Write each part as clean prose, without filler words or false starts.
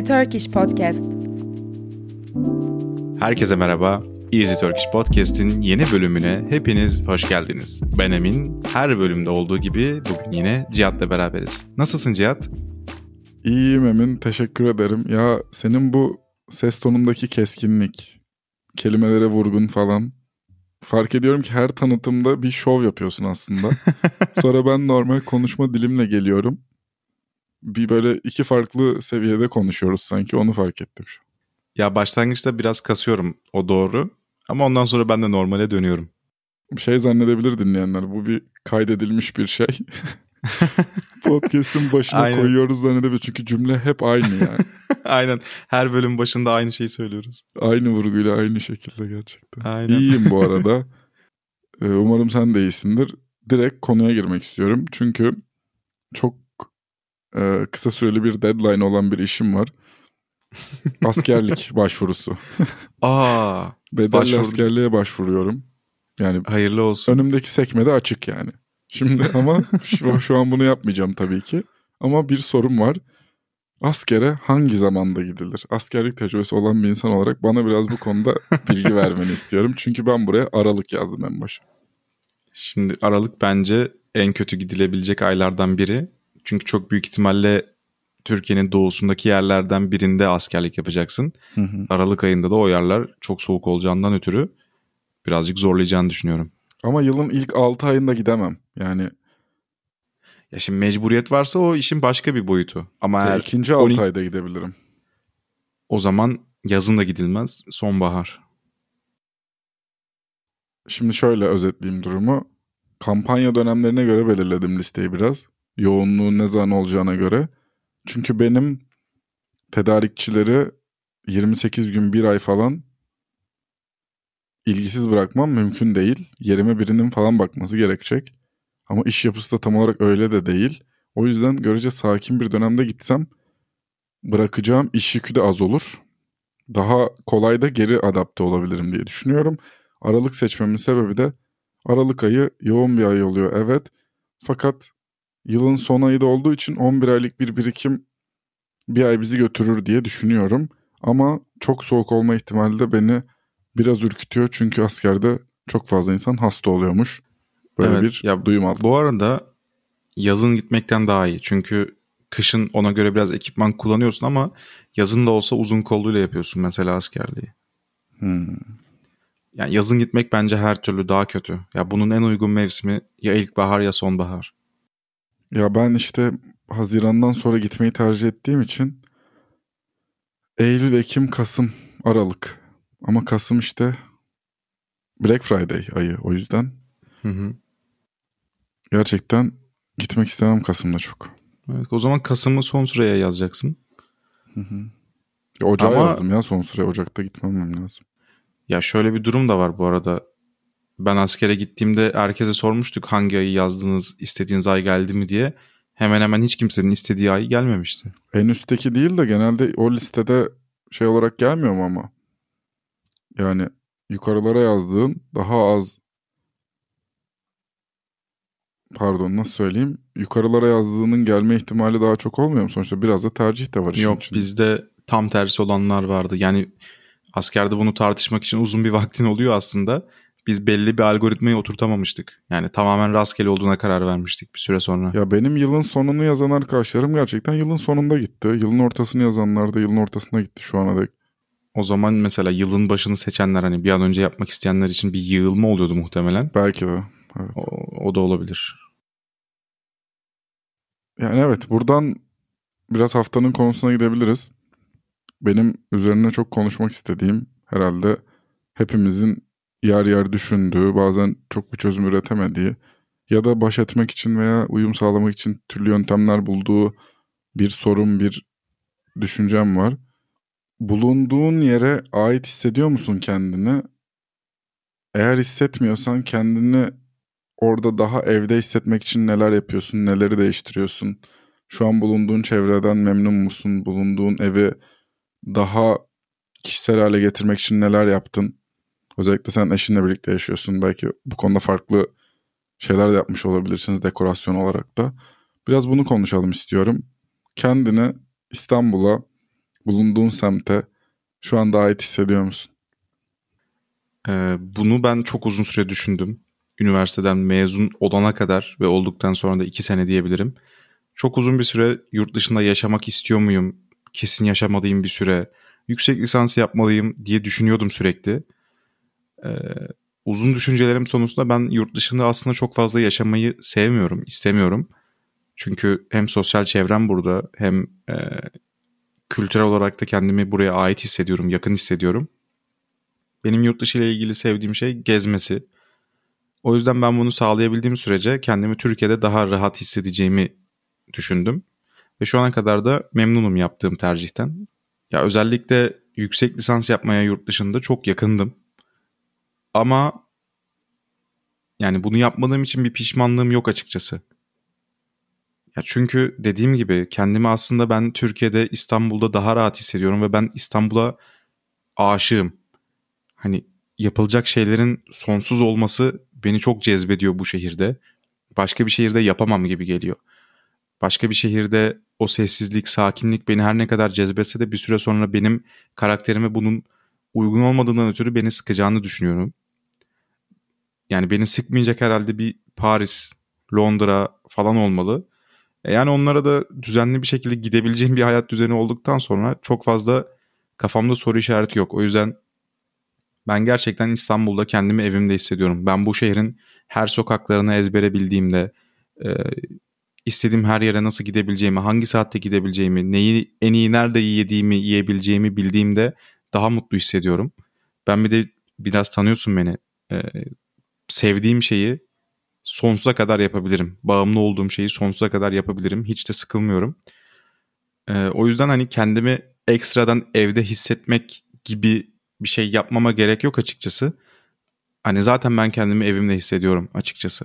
Easy Turkish Podcast. Herkese merhaba. Easy Turkish Podcast'in yeni bölümüne hepiniz hoş geldiniz. Ben Emin. Her bölümde olduğu gibi bugün yine Cihat'la beraberiz. Nasılsın Cihat? İyiyim Emin, teşekkür ederim. Ya senin bu ses tonundaki keskinlik, kelimelere vurgun falan. Fark ediyorum ki her tanıtımda bir şov yapıyorsun aslında. Sonra ben normal konuşma dilimle geliyorum. Bir böyle iki farklı seviyede konuşuyoruz sanki, onu fark ettim şu an. Ya başlangıçta biraz kasıyorum, o doğru. Ama ondan sonra ben de normale dönüyorum. Bir şey zannedebilir dinleyenler, bu bir kaydedilmiş bir şey. Podcast'ın başına Aynen. koyuyoruz zannedebilir çünkü cümle hep aynı yani. Aynen, her bölüm başında aynı şeyi söylüyoruz. Aynı vurguyla aynı şekilde gerçekten. Aynen. İyiyim bu arada. Umarım sen de iyisindir. Direkt konuya girmek istiyorum. Çünkü çok kısa süreli bir deadline olan bir işim var. Askerlik başvurusu. Bedelli başvurdun. askerliğe başvuruyorum. Yani Hayırlı olsun. önümdeki sekmede açık yani. Şimdi ama şu an bunu yapmayacağım tabii ki. Ama bir sorum var. Askere hangi zamanda gidilir? Askerlik tecrübesi olan bir insan olarak bana biraz bu konuda bilgi vermeni istiyorum. Çünkü ben buraya Aralık yazdım en başa. Şimdi Aralık bence en kötü gidilebilecek aylardan biri. Çünkü çok büyük ihtimalle Türkiye'nin doğusundaki yerlerden birinde askerlik yapacaksın. Aralık ayında da o yerler çok soğuk olacağından ötürü birazcık zorlayacağını düşünüyorum. Ama yılın ilk 6 ayında gidemem. Yani Ya şimdi mecburiyet varsa o işin başka bir boyutu. Ama eğer ikinci 6 ayda gidebilirim. o zaman yazın da gidilmez, sonbahar. Şimdi şöyle özetleyeyim durumu. Kampanya dönemlerine göre belirledim listeyi biraz. Yoğunluğun ne zaman olacağına göre. Çünkü benim tedarikçileri 28 gün, bir ay falan ilgisiz bırakmam mümkün değil. Yerime birinin falan bakması gerekecek. Ama iş yapısı da tam olarak öyle de değil. O yüzden görece sakin bir dönemde gitsem bırakacağım iş yükü de az olur. Daha kolay da geri adapte olabilirim diye düşünüyorum. Aralık seçmemin sebebi de Aralık ayı yoğun bir ay oluyor, evet. Fakat yılın son ayı da olduğu için 11 aylık bir birikim bir ay bizi götürür diye düşünüyorum. Ama çok soğuk olma ihtimali de beni biraz ürkütüyor. Çünkü askerde çok fazla insan hasta oluyormuş. Böyle Evet, bir ya duyum aldım. bu arada yazın gitmekten daha iyi. Çünkü kışın ona göre biraz ekipman kullanıyorsun ama yazın da olsa uzun kolluyla yapıyorsun mesela askerliği. Yani yazın gitmek bence her türlü daha kötü. Ya bunun en uygun mevsimi ya ilkbahar ya sonbahar. Ya ben işte Haziran'dan sonra gitmeyi tercih ettiğim için Eylül, Ekim, Kasım, Aralık. Ama Kasım işte Black Friday ayı, o yüzden Hı. gerçekten gitmek istemem Kasım'da çok. Evet, o zaman Kasım'ı son sıraya yazacaksın. Ocağa Ama yazdım ya son sıraya. Ocak'ta gitmem lazım. ya şöyle bir durum da var bu arada. Ben askere gittiğimde herkese sormuştuk hangi ayı yazdınız, istediğiniz ay geldi mi diye. Hemen hemen hiç kimsenin istediği ay gelmemişti. En üstteki değil de genelde o listede şey olarak gelmiyor mu ama? Yani yukarılara yazdığın daha az, pardon nasıl söyleyeyim? Yukarılara yazdığının gelme ihtimali daha çok olmuyor mu? Sonuçta biraz da tercih de var işin Yok, içinde. bizde tam tersi olanlar vardı. Yani askerde bunu tartışmak için uzun bir vaktin oluyor aslında. Biz belli bir algoritmayı oturtamamıştık. Yani tamamen rastgele olduğuna karar vermiştik bir süre sonra. Ya benim yılın sonunu yazan arkadaşlarım gerçekten yılın sonunda gitti. Yılın ortasını yazanlar da yılın ortasına gitti şu ana dek. O zaman mesela yılın başını seçenler hani bir an önce yapmak isteyenler için bir yığılma oluyordu muhtemelen. Belki de. Evet. O da olabilir. Yani evet, buradan biraz haftanın konusuna gidebiliriz. Benim üzerine çok konuşmak istediğim, herhalde hepimizin yer yer düşündüğü, bazen çok bir çözüm üretemediği ya da baş etmek için veya uyum sağlamak için türlü yöntemler bulduğu bir sorun, bir düşüncem var. Bulunduğun yere ait hissediyor musun kendini? Eğer hissetmiyorsan kendini orada daha evde hissetmek için neler yapıyorsun, neleri değiştiriyorsun? Şu an bulunduğun çevreden memnun musun? Bulunduğun evi daha kişisel hale getirmek için neler yaptın? Özellikle sen eşinle birlikte yaşıyorsun. Belki bu konuda farklı şeyler de yapmış olabilirsiniz dekorasyon olarak da. Biraz bunu konuşalım istiyorum. Kendini İstanbul'a bulunduğun semte şu anda ait hissediyor musun? Bunu ben çok uzun süre düşündüm. Üniversiteden mezun olana kadar ve olduktan sonra da 2 sene diyebilirim. Çok uzun bir süre yurt dışında yaşamak istiyor muyum? Kesin yaşamalıyım bir süre. Yüksek lisans yapmalıyım diye düşünüyordum sürekli. Ee, Uzun düşüncelerim sonucunda ben yurt dışında aslında çok fazla yaşamayı sevmiyorum, istemiyorum. Çünkü hem sosyal çevrem burada hem kültürel olarak da kendimi buraya ait hissediyorum, yakın hissediyorum. Benim yurt dışı ile ilgili sevdiğim şey gezmesi. O yüzden ben bunu sağlayabildiğim sürece kendimi Türkiye'de daha rahat hissedeceğimi düşündüm. Ve şu ana kadar da memnunum yaptığım tercihten. Ya özellikle yüksek lisans yapmaya yurt dışında çok yakındım. Ama yani bunu yapmadığım için bir pişmanlığım yok açıkçası. Ya çünkü dediğim gibi kendimi aslında ben Türkiye'de, İstanbul'da daha rahat hissediyorum ve ben İstanbul'a aşığım. Hani yapılacak şeylerin sonsuz olması beni çok cezbediyor bu şehirde. Başka bir şehirde yapamam gibi geliyor. Başka bir şehirde o sessizlik, sakinlik beni her ne kadar cezbetse de bir süre sonra benim karakterime bunun uygun olmadığından ötürü beni sıkacağını düşünüyorum. Yani beni sıkmayacak herhalde bir Paris, Londra falan olmalı. Yani onlara da düzenli bir şekilde gidebileceğim bir hayat düzeni olduktan sonra çok fazla kafamda soru işareti yok. O yüzden ben gerçekten İstanbul'da kendimi evimde hissediyorum. Ben bu şehrin her sokaklarını ezbere bildiğimde, e, istediğim her yere nasıl gidebileceğimi, hangi saatte gidebileceğimi, neyi en iyi nerede yediğimi, yiyebileceğimi bildiğimde daha mutlu hissediyorum. Ben bir de biraz tanıyorsun beni. E, Sevdiğim şeyi sonsuza kadar yapabilirim. Bağımlı olduğum şeyi sonsuza kadar yapabilirim. Hiç de sıkılmıyorum. O yüzden hani kendimi ekstradan evde hissetmek gibi bir şey yapmama gerek yok açıkçası. Hani zaten ben kendimi evimde hissediyorum açıkçası.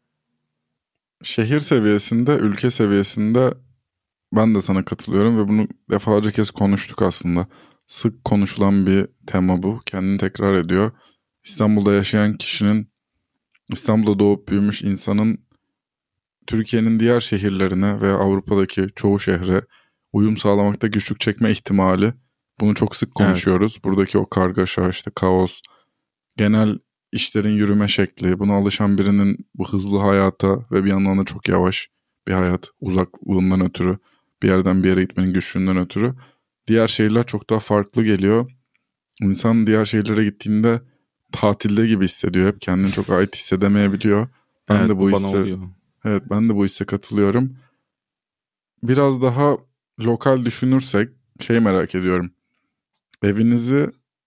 Şehir seviyesinde, ülke seviyesinde ben de sana katılıyorum ve bunu defalarca kez konuştuk aslında. Sık konuşulan bir tema bu. Kendini tekrar ediyor. İstanbul'da yaşayan kişinin, İstanbul'da doğup büyümüş insanın Türkiye'nin diğer şehirlerine veya Avrupa'daki çoğu şehre uyum sağlamakta güçlük çekme ihtimali. Bunu çok sık Evet. konuşuyoruz. Buradaki o kargaşa, işte kaos, genel işlerin yürüme şekli, buna alışan birinin bu hızlı hayata ve bir yandan da çok yavaş bir hayat, uzaklığından ötürü, bir yerden bir yere gitmenin güçlüğünden ötürü diğer şehirler çok daha farklı geliyor. İnsan diğer şehirlere gittiğinde tatilde gibi hissediyor. Hep kendini çok ait hissedemeyebiliyor. Ben Evet, de bu bu bana hisse, oluyor. evet ben de bu hisse katılıyorum. Biraz daha lokal düşünürsek şey merak ediyorum. Evinizi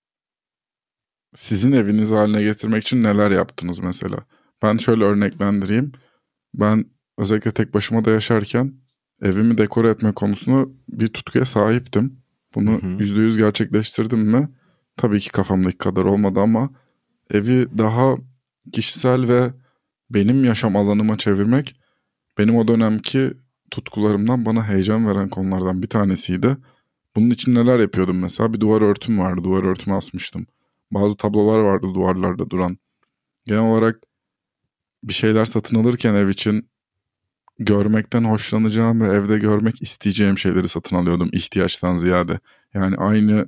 sizin eviniz haline getirmek için neler yaptınız mesela? Ben şöyle örneklendireyim. Ben özellikle tek başıma da yaşarken evimi dekore etme konusunda bir tutkuya sahiptim. Hı Bunu hı. %100 gerçekleştirdim mi? Tabii ki kafamdaki kadar olmadı ama evi daha kişisel ve benim yaşam alanıma çevirmek benim o dönemki tutkularımdan bana heyecan veren konulardan bir tanesiydi. Bunun için neler yapıyordum mesela? Bir duvar örtüm vardı. Duvar örtümü asmıştım. Bazı tablolar vardı duvarlarda duran. Genel olarak bir şeyler satın alırken ev için görmekten hoşlanacağım ve evde görmek isteyeceğim şeyleri satın alıyordum ihtiyaçtan ziyade. Yani aynı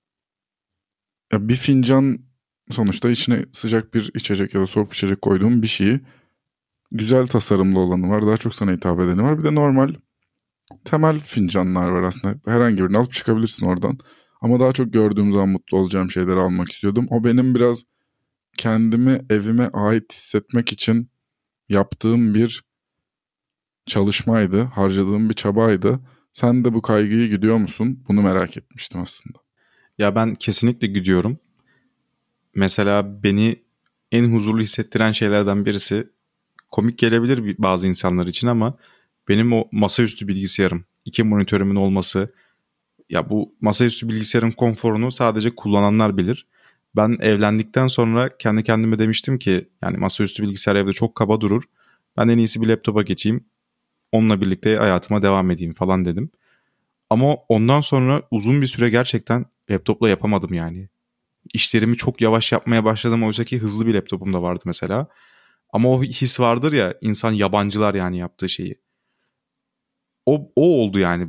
ya bir fincan sonuçta içine sıcak bir içecek ya da soğuk bir içecek koyduğum bir şeyi güzel tasarımlı olanı var. Daha çok sana hitap edeni var. Bir de normal temel fincanlar var aslında. Herhangi birini alıp çıkabilirsin oradan. Ama daha çok gördüğüm zaman mutlu olacağım şeyleri almak istiyordum. O benim biraz kendimi evime ait hissetmek için yaptığım bir çalışmaydı, harcadığım bir çabaydı. Sen de bu kaygıyı gidiyor musun? Bunu merak etmiştim aslında. Ya ben kesinlikle gidiyorum. Mesela beni en huzurlu hissettiren şeylerden birisi, komik gelebilir bazı insanlar için ama benim o masaüstü bilgisayarım, 2 monitörümün olması. Ya bu masaüstü bilgisayarın konforunu sadece kullananlar bilir. Ben evlendikten sonra kendi kendime demiştim ki yani masaüstü bilgisayar evde çok kaba durur. Ben en iyisi bir laptopa geçeyim. Onunla birlikte hayatıma devam edeyim falan dedim. Ama ondan sonra uzun bir süre gerçekten laptopla yapamadım yani. İşlerimi çok yavaş yapmaya başladım. Oysa ki hızlı bir laptopum da vardı mesela. Ama o his vardır ya, insan yabancılar yani yaptığı şeyi. O oldu yani bana.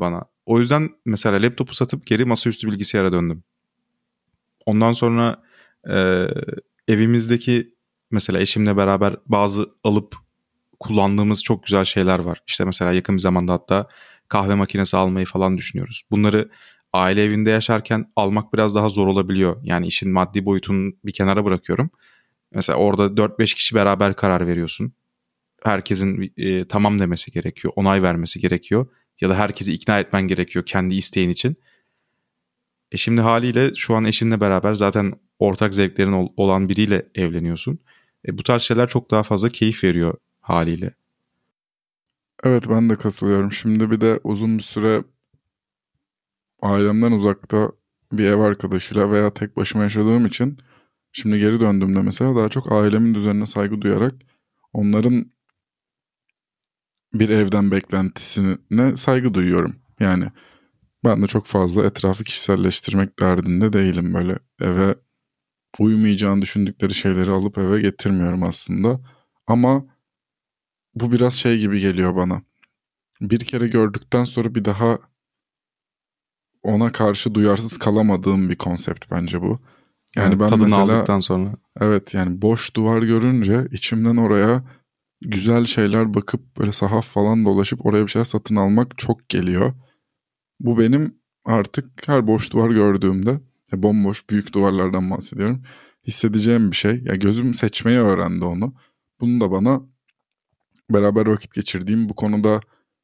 O yüzden mesela laptopu satıp geri masaüstü bilgisayara döndüm. Ondan sonra evimizdeki mesela eşimle beraber bazı alıp kullandığımız çok güzel şeyler var. İşte mesela yakın bir zamanda hatta kahve makinesi almayı falan düşünüyoruz. Bunları aile evinde yaşarken almak biraz daha zor olabiliyor. Yani işin maddi boyutunu bir kenara bırakıyorum. Mesela orada 4-5 kişi beraber karar veriyorsun. Herkesin tamam demesi gerekiyor, onay vermesi gerekiyor. Ya da herkesi ikna etmen gerekiyor kendi isteğin için. Şimdi haliyle şu an eşinle beraber zaten ortak zevklerin olan biriyle evleniyorsun. Bu tarz şeyler çok daha fazla keyif veriyor haliyle. Evet, ben de katılıyorum. Şimdi bir de uzun bir süre ailemden uzakta bir ev arkadaşıyla veya tek başıma yaşadığım için şimdi geri döndüğümde mesela daha çok ailemin düzenine saygı duyarak onların bir evden beklentisine saygı duyuyorum. Yani ben de çok fazla etrafı kişiselleştirmek derdinde değilim. Böyle eve uymayacağını düşündükleri şeyleri alıp eve getirmiyorum aslında. Ama bu biraz şey gibi geliyor bana. Bir kere gördükten sonra bir daha ona karşı duyarsız kalamadığım bir konsept bence bu. Yani Evet, ben tadını mesela aldıktan sonra. evet, yani boş duvar görünce içimden oraya güzel şeyler bakıp böyle sahaf falan dolaşıp oraya bir şeyler satın almak çok geliyor. Bu benim artık her boş duvar gördüğümde, bomboş büyük duvarlardan bahsediyorum, hissedeceğim bir şey. Ya gözüm seçmeyi öğrendi onu. Bunu da bana beraber vakit geçirdiğim, bu konuda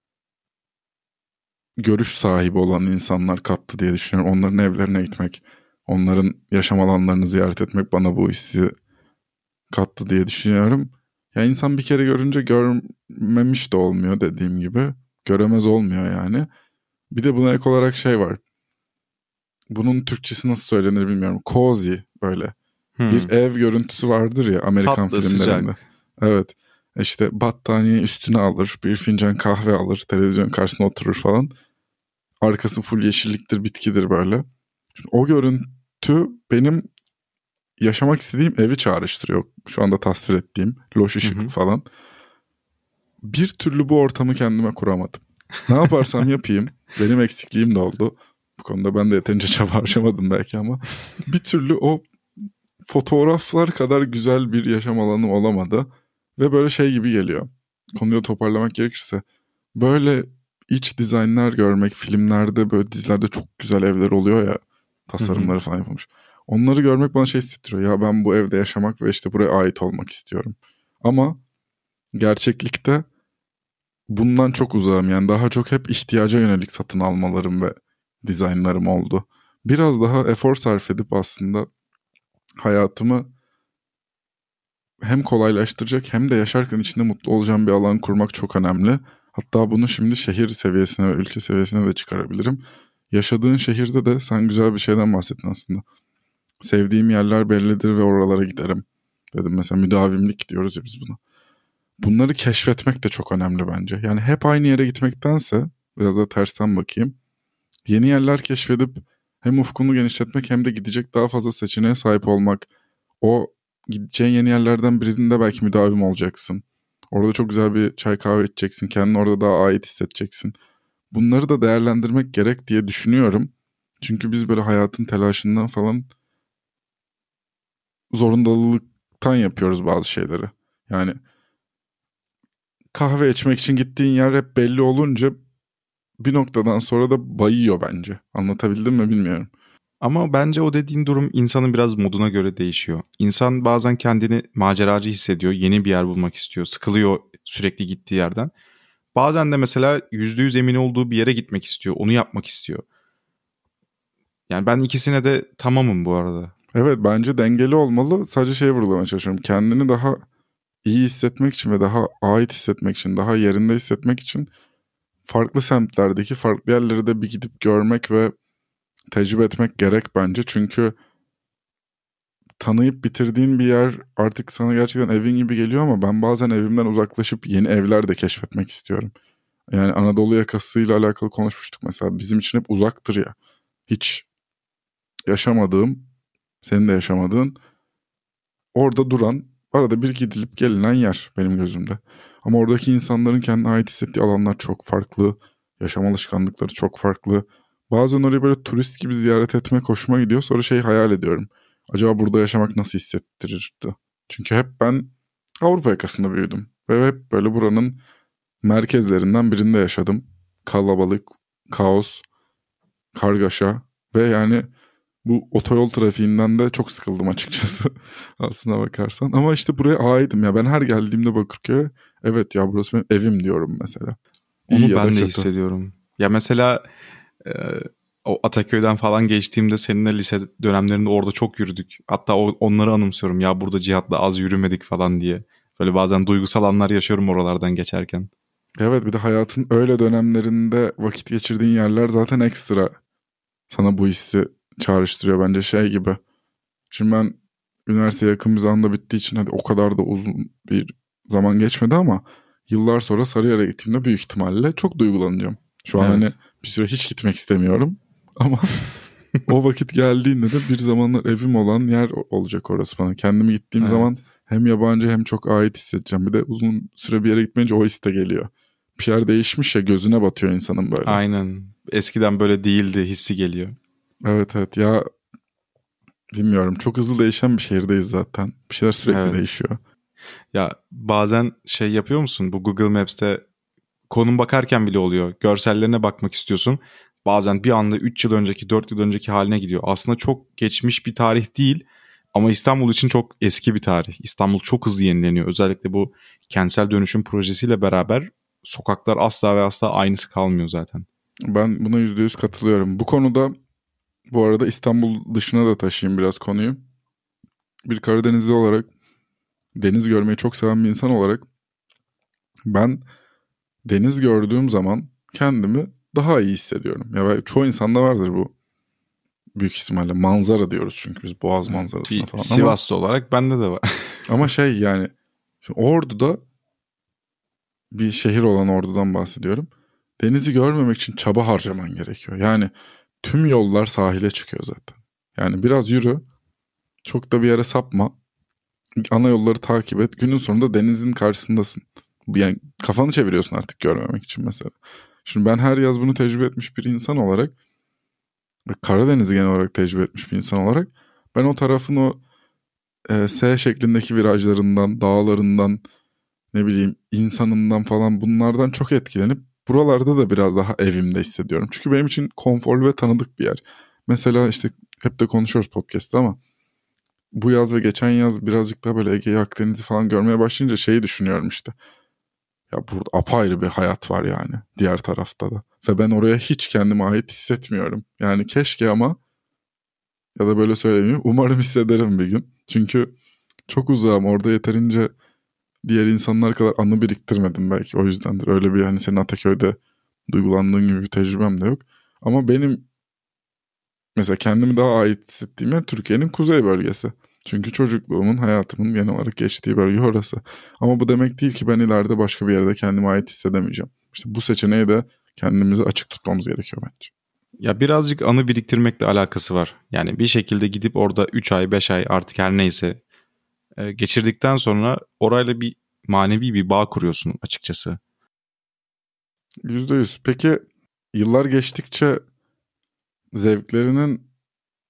görüş sahibi olan insanlar kattı diye düşünüyorum. Onların evlerine gitmek, onların yaşam alanlarını ziyaret etmek bana bu hissi kattı diye düşünüyorum. Ya insan bir kere görünce görmemiş de olmuyor, dediğim gibi. Göremez olmuyor yani. Bir de buna ek olarak şey var. Bunun Türkçesi nasıl söylenir bilmiyorum. Cozy, böyle. Bir ev görüntüsü vardır ya Amerikan Tatlı, filmlerinde. sıcak. Evet. İşte battaniye üstüne alır, bir fincan kahve alır, televizyon karşısına oturur falan. Arkası full yeşilliktir, bitkidir böyle. Şimdi o görüntü benim yaşamak istediğim evi çağrıştırıyor. Şu anda tasvir ettiğim loş ışıklı falan. Bir türlü bu ortamı kendime kuramadım. Ne yaparsam yapayım, benim eksikliğim de oldu. Bu konuda ben de yeterince çaba harcamadım belki ama bir türlü o fotoğraflar kadar güzel bir yaşam alanı olamadı. Ve böyle şey gibi geliyor. Konuyu toparlamak gerekirse, böyle iç dizaynlar görmek, filmlerde böyle dizilerde çok güzel evler oluyor ya, tasarımları falan yapılmış. Onları görmek bana şey hissettiriyor. Ya ben bu evde yaşamak ve işte buraya ait olmak istiyorum. Ama gerçeklikte bundan çok uzağım. Yani daha çok hep ihtiyaca yönelik satın almalarım ve dizaynlarım oldu. Biraz daha efor sarf edip aslında hayatımı hem kolaylaştıracak hem de yaşarken içinde mutlu olacağım bir alan kurmak çok önemli. Hatta bunu şimdi şehir seviyesine ve ülke seviyesine de çıkarabilirim. Yaşadığın şehirde de sen güzel bir şeyden bahsettin aslında. Sevdiğim yerler bellidir ve oralara giderim dedim. Mesela müdavimlik diyoruz ya biz buna. Bunları keşfetmek de çok önemli bence. Yani hep aynı yere gitmektense, biraz da tersten bakayım, yeni yerler keşfedip hem ufkunu genişletmek hem de gidecek daha fazla seçeneğe sahip olmak. O gideceğin yeni yerlerden birinde belki müdavim olacaksın. Orada çok güzel bir çay kahve içeceksin. Kendini orada daha ait hissedeceksin. Bunları da değerlendirmek gerek diye düşünüyorum. Çünkü biz böyle hayatın telaşından falan zorundalıktan yapıyoruz bazı şeyleri. Yani kahve içmek için gittiğin yer hep belli olunca bir noktadan sonra da bayıyor bence. Anlatabildim mi bilmiyorum. Ama bence o dediğin durum insanın biraz moduna göre değişiyor. İnsan bazen kendini maceracı hissediyor, yeni bir yer bulmak istiyor, sıkılıyor sürekli gittiği yerden. Bazen de mesela %100 emin olduğu bir yere gitmek istiyor, onu yapmak istiyor. Yani ben ikisine de tamamım bu arada. Evet, bence dengeli olmalı. Sadece şey vurgulamaya çalışıyorum. Kendini daha iyi hissetmek için ve daha ait hissetmek için, daha yerinde hissetmek için farklı semtlerdeki farklı yerleri de bir gidip görmek ve tecrübe etmek gerek bence. Çünkü tanıyıp bitirdiğin bir yer artık sana gerçekten evin gibi geliyor ama ben bazen evimden uzaklaşıp yeni evler de keşfetmek istiyorum. Yani Anadolu yakasıyla alakalı konuşmuştuk mesela. Bizim için hep uzaktır ya. Hiç yaşamadığım, senin de yaşamadığın, orada duran, arada bir gidilip gelinen yer benim gözümde. Ama oradaki insanların kendine ait hissettiği alanlar çok farklı. Yaşam alışkanlıkları çok farklı. Bazen orayı böyle turist gibi ziyaret etmek hoşuma gidiyor. Sonra hayal ediyorum. Acaba burada yaşamak nasıl hissettirirdi? Çünkü hep ben Avrupa yakasında büyüdüm. Ve hep böyle buranın merkezlerinden birinde yaşadım. Kalabalık, kaos, kargaşa ve yani bu otoyol trafiğinden de çok sıkıldım açıkçası aslına bakarsan. Ama işte buraya aidim ya. Ben her geldiğimde Bakırköy'e evet ya burası benim evim diyorum mesela. İyi Onu ya da ben de kötü. hissediyorum. Ya mesela o Ataköy'den falan geçtiğimde seninle lise dönemlerinde orada çok yürüdük. Hatta onları anımsıyorum. Ya burada Cihat'la az yürümedik falan diye. Böyle bazen duygusal anlar yaşıyorum oralardan geçerken. Evet, bir de hayatın öyle dönemlerinde vakit geçirdiğin yerler zaten ekstra sana bu hissi çağrıştırıyor bence gibi. Şimdi ben üniversite yakın bir zamanda bittiği için hadi o kadar da uzun bir zaman geçmedi ama yıllar sonra Sarıyer'e gittiğimde büyük ihtimalle çok duygulanacağım. Şu an Evet. hani bir süre hiç gitmek istemiyorum ama o vakit geldiğinde de bir zamanlar evim olan yer olacak orası bana. Kendimi gittiğim Evet. zaman hem yabancı hem çok ait hissedeceğim. Bir de uzun süre bir yere gitmeyince o his de geliyor. Bir şeyler değişmiş ya, gözüne batıyor insanın böyle. Aynen. Eskiden böyle değildi hissi geliyor. Evet ya, bilmiyorum, çok hızlı değişen bir şehirdeyiz zaten. Bir şeyler sürekli Evet. değişiyor. Ya bazen yapıyor musun? Bu Google Maps'te konum bakarken bile oluyor. Görsellerine bakmak istiyorsun. Bazen bir anda 3 yıl önceki, 4 yıl önceki haline gidiyor. Aslında çok geçmiş bir tarih değil ama İstanbul için çok eski bir tarih. İstanbul çok hızlı yenileniyor. Özellikle bu kentsel dönüşüm projesiyle beraber sokaklar asla ve asla aynısı kalmıyor zaten. Ben buna %100 katılıyorum. Bu konuda bu arada İstanbul dışına da taşıyayım biraz konuyu. Bir Karadenizli olarak, deniz görmeyi çok seven bir insan olarak ben deniz gördüğüm zaman kendimi daha iyi hissediyorum. Ya çoğu insanda vardır bu, büyük ihtimalle. Manzara diyoruz çünkü biz boğaz manzarasına falan. Sivaslı olarak bende de var. Ama yani Ordu'da, bir şehir olan Ordu'dan bahsediyorum. Denizi görmemek için çaba harcaman gerekiyor. Yani tüm yollar sahile çıkıyor zaten. Yani biraz yürü, çok da bir yere sapma. Ana yolları takip et. Günün sonunda denizin karşısındasın. Yani kafanı çeviriyorsun artık görmemek için mesela. Şimdi ben her yaz bunu tecrübe etmiş bir insan olarak ve Karadeniz'i genel olarak tecrübe etmiş bir insan olarak ben o tarafın o S şeklindeki virajlarından, dağlarından, ne bileyim insanından falan, bunlardan çok etkilenip buralarda da biraz daha evimde hissediyorum. Çünkü benim için konforlu ve tanıdık bir yer. Mesela işte hep de konuşuyoruz podcast'ta ama bu yaz ve geçen yaz birazcık daha böyle Ege'yi, Akdeniz'i falan görmeye başlayınca düşünüyorum işte. Ya burada apayrı bir hayat var yani diğer tarafta da. Ve ben oraya hiç kendime ait hissetmiyorum. Yani keşke, ama ya da böyle söylemeyeyim, umarım hissederim bir gün. Çünkü çok uzağım, orada yeterince diğer insanlar kadar anı biriktirmedim belki, o yüzdendir. Öyle bir hani senin Ataköy'de duygulandığın gibi bir tecrübem de yok. Ama benim mesela kendimi daha ait hissettiğim yer Türkiye'nin kuzey bölgesi. Çünkü çocukluğumun, hayatımın genel olarak geçtiği bölge orası. Ama bu demek değil ki ben ileride başka bir yerde kendime ait hissedemeyeceğim. İşte bu seçeneği de kendimizi açık tutmamız gerekiyor bence. Ya birazcık anı biriktirmekle alakası var. Yani bir şekilde gidip orada 3 ay 5 ay artık her neyse geçirdikten sonra orayla bir manevi bir bağ kuruyorsun açıkçası. %100. Peki yıllar geçtikçe zevklerinin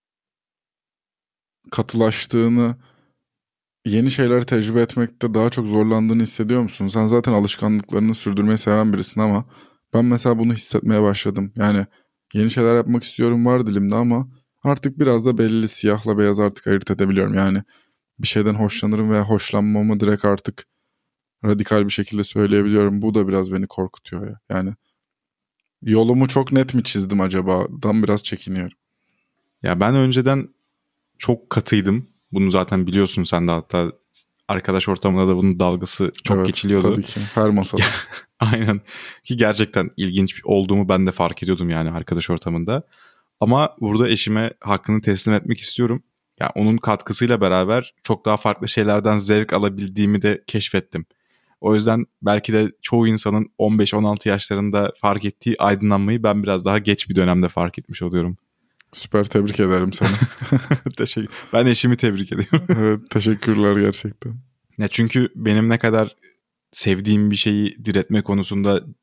katılaştığını, yeni şeyler tecrübe etmekte daha çok zorlandığını hissediyor musun? Sen zaten alışkanlıklarını sürdürmeyi seven birisin ama ben mesela bunu hissetmeye başladım. Yani yeni şeyler yapmak istiyorum, var dilimde, ama artık biraz da belli, siyahla beyaz artık ayırt edebiliyorum. Yani bir şeyden hoşlanırım veya hoşlanmamı direkt artık radikal bir şekilde söyleyebiliyorum. Bu da biraz beni korkutuyor ya. Yani yolumu çok net mi çizdim acaba?dan biraz çekiniyorum. Ya ben önceden çok katıydım. Bunu zaten biliyorsun sen de, hatta arkadaş ortamında da bunun dalgası çok Evet, geçiliyordu. tabii ki. Her masada. Aynen. Ki gerçekten ilginç olduğumu ben de fark ediyordum yani arkadaş ortamında. Ama burada eşime hakkını teslim etmek istiyorum. Yani onun katkısıyla beraber çok daha farklı şeylerden zevk alabildiğimi de keşfettim. O yüzden belki de çoğu insanın 15-16 yaşlarında fark ettiği aydınlanmayı ben biraz daha geç bir dönemde fark etmiş oluyorum. Süper, tebrik ederim seni. Teşekkür. Ben eşimi tebrik ediyorum. Evet, teşekkürler gerçekten. Ya çünkü benim ne kadar sevdiğim bir şeyi diretme konusunda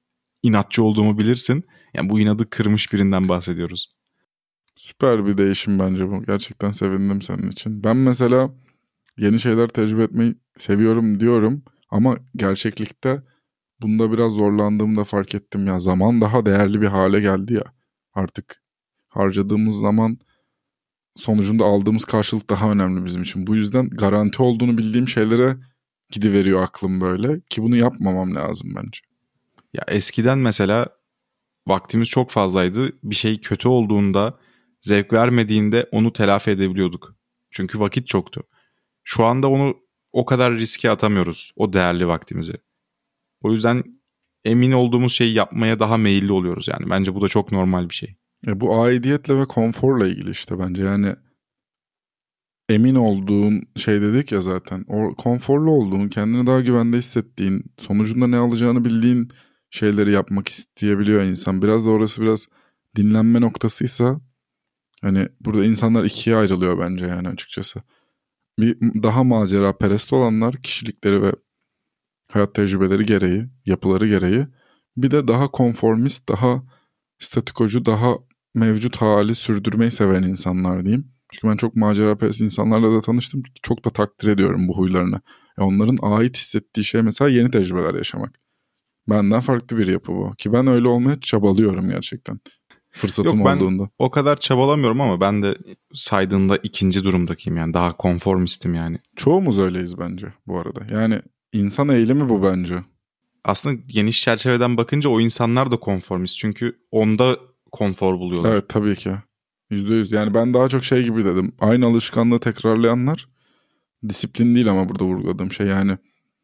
inatçı olduğumu bilirsin. Yani bu inadı kırmış birinden bahsediyoruz. Süper bir değişim bence bu. Gerçekten sevindim senin için. Ben mesela yeni şeyler tecrübe etmeyi seviyorum diyorum. Ama gerçeklikte bunda biraz zorlandığımı da fark ettim ya. Zaman daha değerli bir hale geldi ya. Artık harcadığımız zaman sonucunda aldığımız karşılık daha önemli bizim için. Bu yüzden garanti olduğunu bildiğim şeylere gidiveriyor aklım böyle. Ki bunu yapmamam lazım bence. Ya eskiden mesela vaktimiz çok fazlaydı. Bir şey kötü olduğunda, zevk vermediğinde onu telafi edebiliyorduk. Çünkü vakit çoktu. Şu anda onu o kadar riske atamıyoruz, o değerli vaktimizi. O yüzden emin olduğumuz şeyi yapmaya daha meyilli oluyoruz yani. Bence bu da çok normal bir şey. Bu aidiyetle ve konforla ilgili işte bence. Yani emin olduğun şey dedik ya zaten. O konforlu olduğun, kendini daha güvende hissettiğin, sonucunda ne alacağını bildiğin şeyleri yapmak isteyebiliyor insan. Biraz da orası biraz dinlenme noktasıysa hani burada insanlar ikiye ayrılıyor bence yani açıkçası. Bir daha macera perest olanlar kişilikleri ve hayat tecrübeleri gereği, yapıları gereği. Bir de daha konformist, daha statükocu, daha mevcut hali sürdürmeyi seven insanlar diyeyim. Çünkü ben çok maceraperest insanlarla da tanıştım. Çok da takdir ediyorum bu huylarını. Onların ait hissettiği şey mesela yeni tecrübeler yaşamak. Benden farklı bir yapı bu. Ki ben öyle olmaya çabalıyorum gerçekten. Fırsatım Yok, ben olduğunda. o kadar çabalamıyorum ama ben de saydığında ikinci durumdakiyim yani. Daha konformistim yani. Çoğumuz öyleyiz bence bu arada. Yani insan eğilimi bu bence. Aslında geniş çerçeveden bakınca o insanlar da konformist. Çünkü onda konfor buluyorlar. Evet tabii ki. %100. Yani ben daha çok şey gibi dedim. Aynı alışkanlığı tekrarlayanlar disiplin değil ama burada vurguladığım şey yani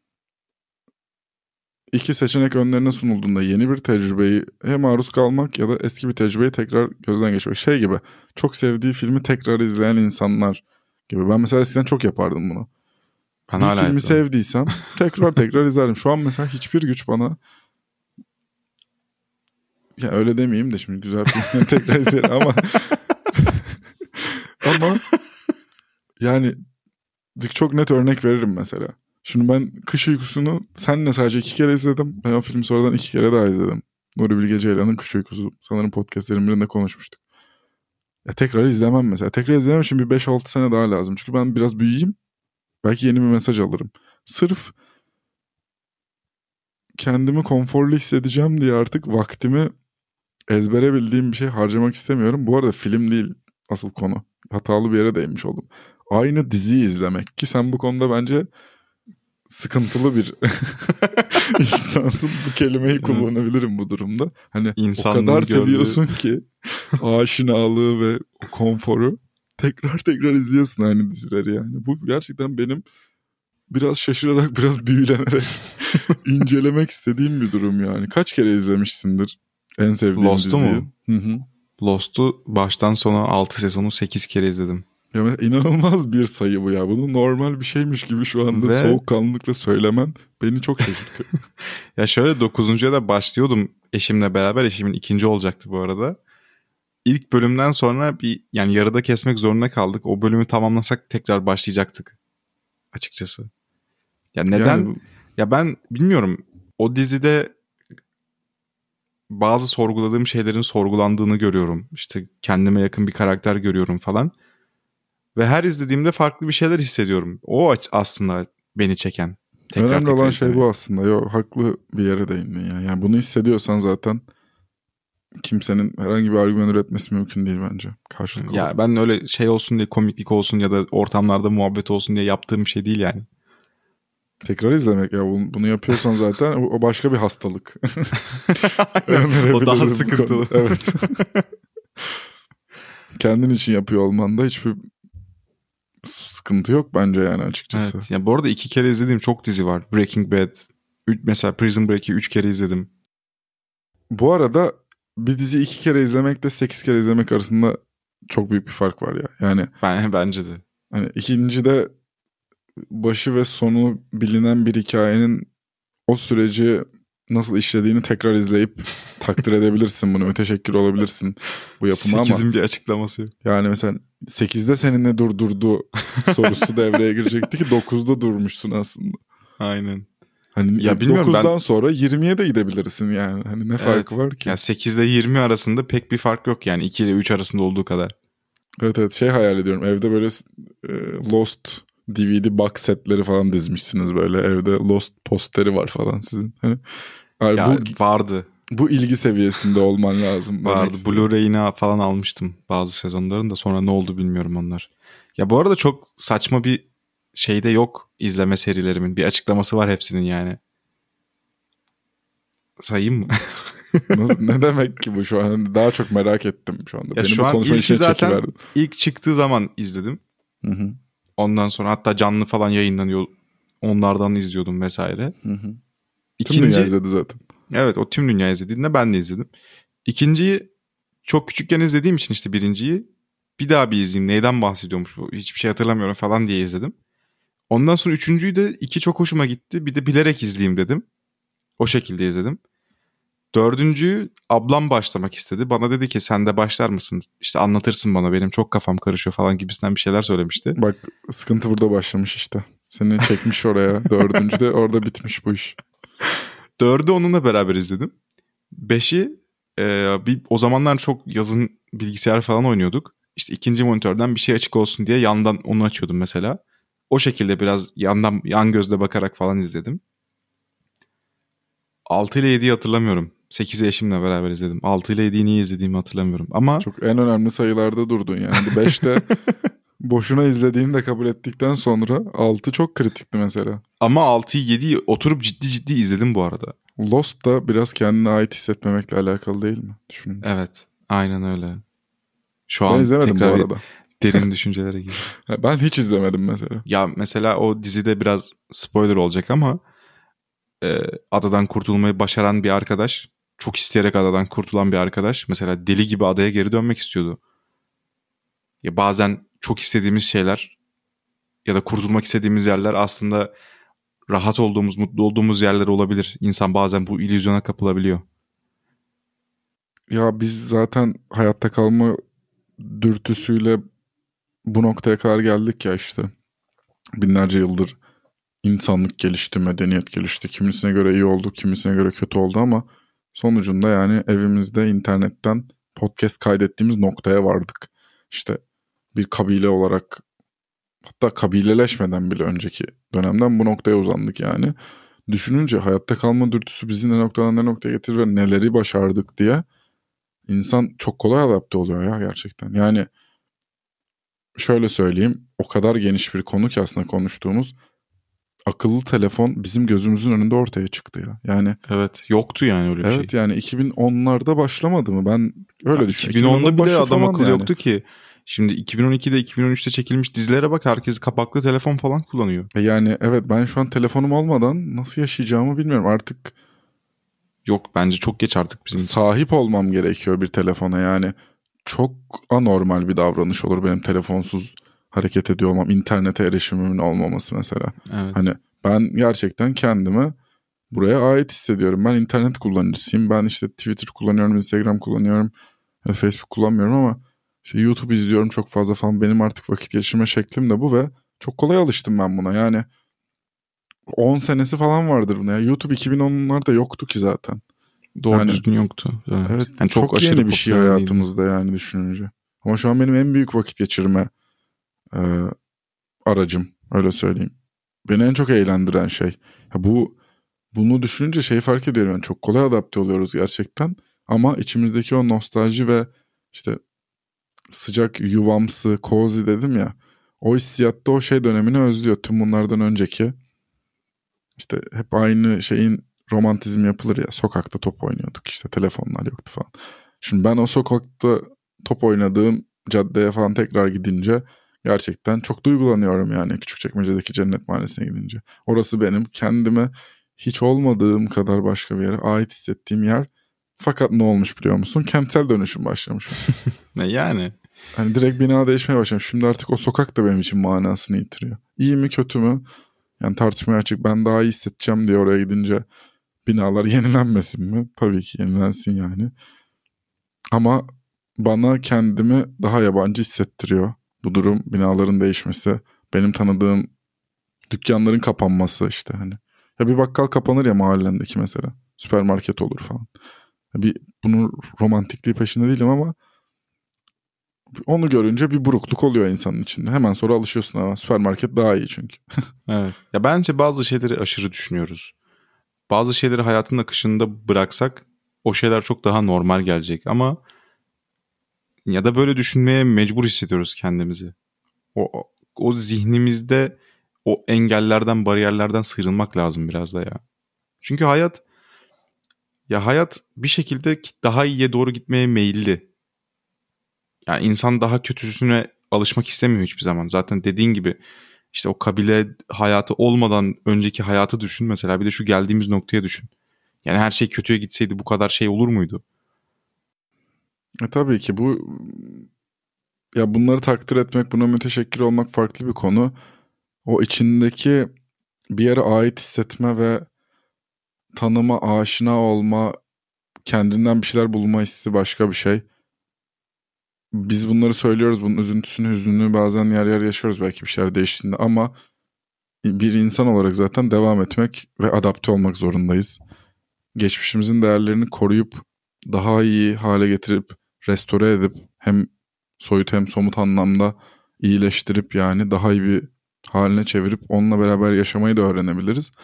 iki seçenek önlerine sunulduğunda yeni bir tecrübeyi maruz kalmak ya da eski bir tecrübeyi tekrar gözden geçirmek. Şey gibi çok sevdiği filmi tekrar izleyen insanlar gibi. Ben mesela eskiden çok yapardım bunu. Ben Bir hala filmi yapıyorum. sevdiysem tekrar izlerim. Şu an mesela hiçbir güç bana ya öyle demeyeyim de şimdi güzel filmleri tekrar izlerim ama yani çok net örnek veririm mesela. Şimdi ben Kış Uykusu'nu senle sadece 2 kere izledim. Ben o filmi sonradan 2 kere daha izledim. Nuri Bilge Ceylan'ın Kış Uykusu. Sanırım podcastlerin birinde konuşmuştuk. Tekrar izlemem mesela. Tekrar izlemem için bir 5-6 sene daha lazım. Çünkü ben biraz büyüyeyim. Belki yeni bir mesaj alırım. Sırf kendimi konforlu hissedeceğim diye artık vaktimi ezbere bildiğim bir şey harcamak istemiyorum. Bu arada film değil asıl konu. Hatalı bir yere değinmiş oldum. Aynı diziyi izlemek. Ki sen bu konuda bence sıkıntılı bir insansın. Bu kelimeyi kullanabilirim bu durumda. Hani İnsanlığın o kadar seviyorsun ki aşinalığı ve konforu tekrar izliyorsun aynı dizileri yani. Bu gerçekten benim biraz şaşırarak, biraz büyülenerek incelemek istediğim bir durum yani. Kaç kere izlemişsindir en sevdiğin Lost'u diziyi? mu? Hı. Lost'u baştan sona 6 sezonu 8 kere izledim. Ya inanılmaz bir sayı bu ya. Bunu normal bir şeymiş gibi şu anda soğukkanlılıkla söylemen beni çok şaşırtıyor. Ya şöyle 9.'ya da başlıyordum eşimle beraber. Eşimin ikinci olacaktı bu arada. İlk bölümden sonra yani yarıda kesmek zorunda kaldık. O bölümü tamamlasak tekrar başlayacaktık açıkçası. Ya neden? Yani Ya ben bilmiyorum. O dizide bazı sorguladığım şeylerin sorgulandığını görüyorum. İşte kendime yakın bir karakter görüyorum falan. Ve her izlediğimde farklı bir şeyler hissediyorum. O aslında beni çeken. önemli olan şey bu aslında. Yo, haklı bir yere değindin ya. Yani bunu hissediyorsan zaten kimsenin herhangi bir argüman üretmesi mümkün değil bence. Karşılıklı. Ya ben öyle şey olsun diye, komiklik olsun ya da ortamlarda muhabbet olsun diye yaptığım bir şey değil yani. Tekrar izlemek ya bunu yapıyorsan zaten o başka bir hastalık. O daha sıkıntılı. Evet. Kendin için yapıyor olmanda hiçbir sıkıntı yok bence yani açıkçası. Evet. Ya bu arada 2 kere izlediğim çok dizi var. Breaking Bad. Mesela Prison Break'i 3 kere izledim. Bu arada bir dizi 2 kere izlemekle 8 kere izlemek arasında çok büyük bir fark var ya. Yani Bence de. hani ikinci de başı ve sonu bilinen bir hikayenin o süreci nasıl işlediğini tekrar izleyip takdir edebilirsin bunu. Müteşekkir olabilirsin bu yapıma ama. 8'in bir açıklaması yok. Yani mesela 8'de seni ne durdurdu sorusu devreye girecekti ki 9'da durmuşsun aslında. Aynen. Hani Ya bilmiyorum, 9'dan sonra 20'ye de gidebilirsin yani. Hani ne farkı var ki? Yani 8 ile 20 arasında pek bir fark yok yani, 2 ile 3 arasında olduğu kadar. Evet şey hayal ediyorum. Evde böyle Lost DVD box setleri falan dizmişsiniz böyle. Evde Lost posteri var falan sizin. Hani, yani Ya vardı. bu ilgi seviyesinde olman lazım. Vardı. Blu-ray'ini falan almıştım bazı sezonların da, sonra ne oldu bilmiyorum onlar. Ya bu arada çok saçma bir şey de yok izleme serilerimin. Bir açıklaması var hepsinin yani. Sayayım mı? Ne demek ki bu şu an? Hani daha çok merak ettim şu anda. Ya Benim şu bu an konuşmanın ilki içine zaten çekiverdim. ilk çıktığı zaman izledim. Hı hı. Ondan sonra hatta canlı falan yayınlanıyor. Onlardan izliyordum vesaire. Hı hı. Tüm dünya İkinci, izledi zaten. evet, o tüm dünya izlediğinde ben de izledim. İkinciyi çok küçükken izlediğim için işte birinciyi bir daha bir izleyeyim. Neyden bahsediyormuş bu? Hiçbir şey hatırlamıyorum falan diye izledim. Ondan sonra üçüncüyü de iki çok hoşuma gitti. Bir de bilerek izleyeyim dedim. O şekilde izledim. Dördüncüyü ablam başlamak istedi. Bana dedi ki sen de başlar mısın? İşte anlatırsın bana, benim çok kafam karışıyor falan gibisinden bir şeyler söylemişti. Bak sıkıntı burada başlamış işte. Seni çekmiş oraya. Dördüncü de orada bitmiş bu iş. Dördü onunla beraber izledim. Beşi o zamanlar çok yazın bilgisayar falan oynuyorduk. İşte ikinci monitörden bir şey açık olsun diye yandan onu açıyordum mesela. O şekilde biraz yandan yan gözle bakarak falan izledim. 6 ile 7'yi hatırlamıyorum. 8'i eşimle beraber izledim. 6 ile 7'yi niye izlediğimi hatırlamıyorum. Ama Çok en önemli sayılarda durdun yani. 5'te boşuna izlediğini de kabul ettikten sonra 6 çok kritikti mesela. ama 6'yı 7'yi oturup ciddi ciddi izledim bu arada. Lost da biraz kendine ait hissetmemekle alakalı değil mi? Düşününce. Evet, aynen öyle. Şu Ben an izlemedim bu tekrar bir arada. derin düşüncelere girdim. Ben hiç izlemedim mesela. Ya mesela o dizide biraz spoiler olacak ama adadan kurtulmayı başaran bir arkadaş, çok isteyerek adadan kurtulan bir arkadaş mesela deli gibi adaya geri dönmek istiyordu. Ya bazen çok istediğimiz şeyler ya da kurtulmak istediğimiz yerler aslında rahat olduğumuz, mutlu olduğumuz yerler olabilir. İnsan bazen bu illüzyona kapılabiliyor. Ya biz zaten hayatta kalma dürtüsüyle bu noktaya kadar geldik ya işte. Binlerce yıldır insanlık gelişti, medeniyet gelişti. Kimisine göre iyi oldu, kimisine göre kötü oldu ama sonucunda yani evimizde internetten podcast kaydettiğimiz noktaya vardık. İşte bir kabile olarak, hatta kabileleşmeden bile önceki dönemden bu noktaya uzandık yani. Düşününce hayatta kalma dürtüsü bizi ne noktadan ne noktaya getirir ve neleri başardık diye insan çok kolay adapte oluyor ya gerçekten. Yani şöyle söyleyeyim, o kadar geniş bir konu ki aslında konuştuğumuz, akıllı telefon bizim gözümüzün önünde ortaya çıktı ya. Yani Evet, yoktu yani öyle bir şey. evet yani 2010'larda başlamadı mı? Ben öyle düşünüyorum. 2010'da bile başı adam falan akıllı yani. yoktu ki. Şimdi 2012'de 2013'te çekilmiş dizilere bak, herkes kapaklı telefon falan kullanıyor. Yani evet, ben şu an telefonum olmadan nasıl yaşayacağımı bilmiyorum. Artık Yok, bence çok geç artık bizim için. sahip olmam gerekiyor bir telefona yani. Çok anormal bir davranış olur benim telefonsuz hareket ediyor olmam. İnternete erişimimin olmaması mesela. Evet. Hani ben gerçekten kendimi buraya ait hissediyorum. Ben internet kullanıcısıyım. Ben işte Twitter kullanıyorum, Instagram kullanıyorum, Facebook kullanmıyorum ama işte YouTube izliyorum çok fazla falan. Benim artık vakit geçirme şeklim de bu ve çok kolay alıştım ben buna. Yani 10 senesi falan vardır buna. Ya YouTube 2010'larda yoktu ki zaten. Doğru Yani düzgün yoktu. Evet. evet, Yani çok aşırı yeni bir şey popüler değildi. hayatımızda yani düşününce. Ama şu an benim en büyük vakit geçirme e, aracım, öyle söyleyeyim. Beni en çok eğlendiren şey. Ya bunu düşününce şey fark ediyorum. Yani çok kolay adapte oluyoruz gerçekten. Ama içimizdeki o nostalji ve işte sıcak yuvamsı, cozy dedim ya. O hissiyatta o şey dönemini özlüyor. Tüm bunlardan önceki işte hep aynı şeyin romantizmi yapılır ya. Sokakta top oynuyorduk işte, telefonlar yoktu falan. Şimdi ben o sokakta top oynadığım caddeye falan tekrar gidince gerçekten çok duygulanıyorum yani, Küçükçekmece'deki Cennet Mahallesi'ne gidince. Orası benim kendime hiç olmadığım kadar başka bir yere ait hissettiğim yer. Fakat ne olmuş biliyor musun? Kentsel dönüşüm başlamış mesela. Yani. Hani direkt bina değişmeye başlamış. Şimdi artık o sokak da benim için manasını yitiriyor. İyi mi kötü mü? Yani tartışmaya açık. Ben daha iyi hissedeceğim diye oraya gidince binalar yenilenmesin mi? Tabii ki yenilensin yani. Ama bana kendimi daha yabancı hissettiriyor. Bu durum, binaların değişmesi, benim tanıdığım dükkanların kapanması işte hani. Ya bir bakkal kapanır ya mahallendeki mesela. Süpermarket olur falan. Bunun romantikliği peşinde değilim ama onu görünce bir burukluk oluyor insanın içinde. Hemen sonra alışıyorsun ama süpermarket daha iyi çünkü. Evet. Ya bence bazı şeyleri aşırı düşünüyoruz. Bazı şeyleri hayatın akışında bıraksak o şeyler çok daha normal gelecek ama ya da böyle düşünmeye mecbur hissediyoruz kendimizi. O zihnimizde o engellerden, bariyerlerden sıyrılmak lazım biraz da ya. Çünkü hayat bir şekilde daha iyiye doğru gitmeye meyilli. Yani insan daha kötüsüne alışmak istemiyor hiçbir zaman. Zaten dediğin gibi işte o kabile hayatı olmadan önceki hayatı düşün mesela. Bir de şu geldiğimiz noktaya düşün. Yani her şey kötüye gitseydi bu kadar şey olur muydu? Tabii ki ya bunları takdir etmek, buna müteşekkir olmak farklı bir konu. O içindeki bir yere ait hissetme ve tanıma, aşina olma, kendinden bir şeyler bulma hissi başka bir şey. Biz bunları söylüyoruz, bunun üzüntüsünü, hüznünü bazen yer yer yaşıyoruz belki bir şeyler değiştiğinde ama bir insan olarak zaten devam etmek ve adapte olmak zorundayız. Geçmişimizin değerlerini koruyup daha iyi hale getirip restore edip hem soyut hem somut anlamda iyileştirip yani daha iyi bir haline çevirip onunla beraber yaşamayı da öğrenebiliriz.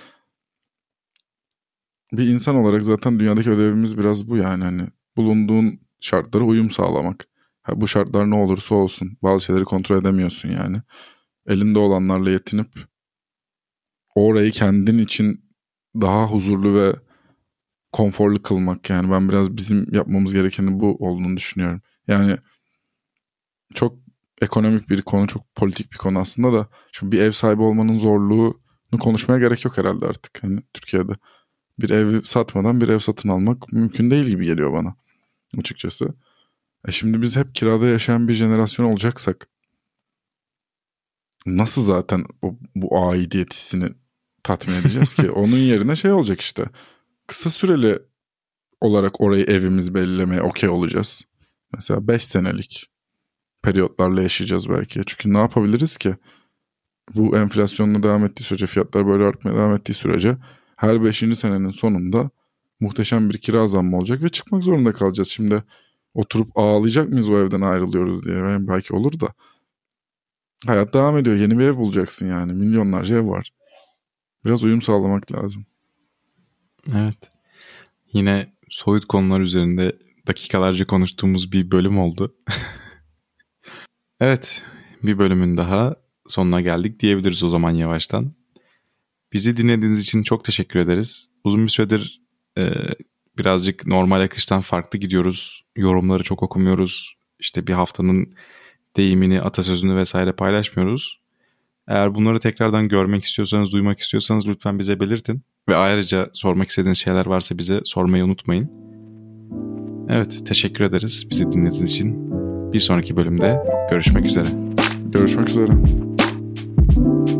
Bir insan olarak zaten dünyadaki ödevimiz biraz bu yani hani bulunduğun şartlara uyum sağlamak. Bu şartlar ne olursa olsun bazı şeyleri kontrol edemiyorsun yani. Elinde olanlarla yetinip orayı kendin için daha huzurlu ve konforlu kılmak yani ben biraz bizim yapmamız gerekenin bu olduğunu düşünüyorum. Yani çok ekonomik bir konu, çok politik bir konu aslında da şimdi bir ev sahibi olmanın zorluğunu konuşmaya gerek yok herhalde artık. Hani Türkiye'de bir ev satmadan bir ev satın almak mümkün değil gibi geliyor bana açıkçası. Şimdi biz hep kirada yaşayan bir jenerasyon olacaksak nasıl zaten bu aidiyet hissini tatmin edeceğiz ki? Onun yerine şey olacak işte. Kısa süreli olarak orayı evimiz belirlemeye okey olacağız. Mesela 5 senelik periyotlarla yaşayacağız belki. Çünkü ne yapabiliriz ki? Bu enflasyonla devam ettiği sürece, fiyatlar böyle artmaya devam ettiği sürece her 5. senenin sonunda muhteşem bir kira zammı olacak ve çıkmak zorunda kalacağız. Şimdi oturup ağlayacak mıyız o evden ayrılıyoruz diye? Yani belki olur da. Hayat devam ediyor. Yeni bir ev bulacaksın yani. Milyonlarca ev var. Biraz uyum sağlamak lazım. Evet. Yine soyut konular üzerinde dakikalarca konuştuğumuz bir bölüm oldu. Evet, bir bölümün daha sonuna geldik diyebiliriz o zaman yavaştan. Bizi dinlediğiniz için çok teşekkür ederiz. Uzun bir süredir birazcık normal akıştan farklı gidiyoruz. Yorumları çok okumuyoruz. İşte bir haftanın deyimini, atasözünü vesaire paylaşmıyoruz. Eğer bunları tekrardan görmek istiyorsanız, duymak istiyorsanız lütfen bize belirtin. Ve ayrıca sormak istediğiniz şeyler varsa bize sormayı unutmayın. Evet, teşekkür ederiz bizi dinlediğiniz için. Bir sonraki bölümde görüşmek üzere. Görüşmek üzere.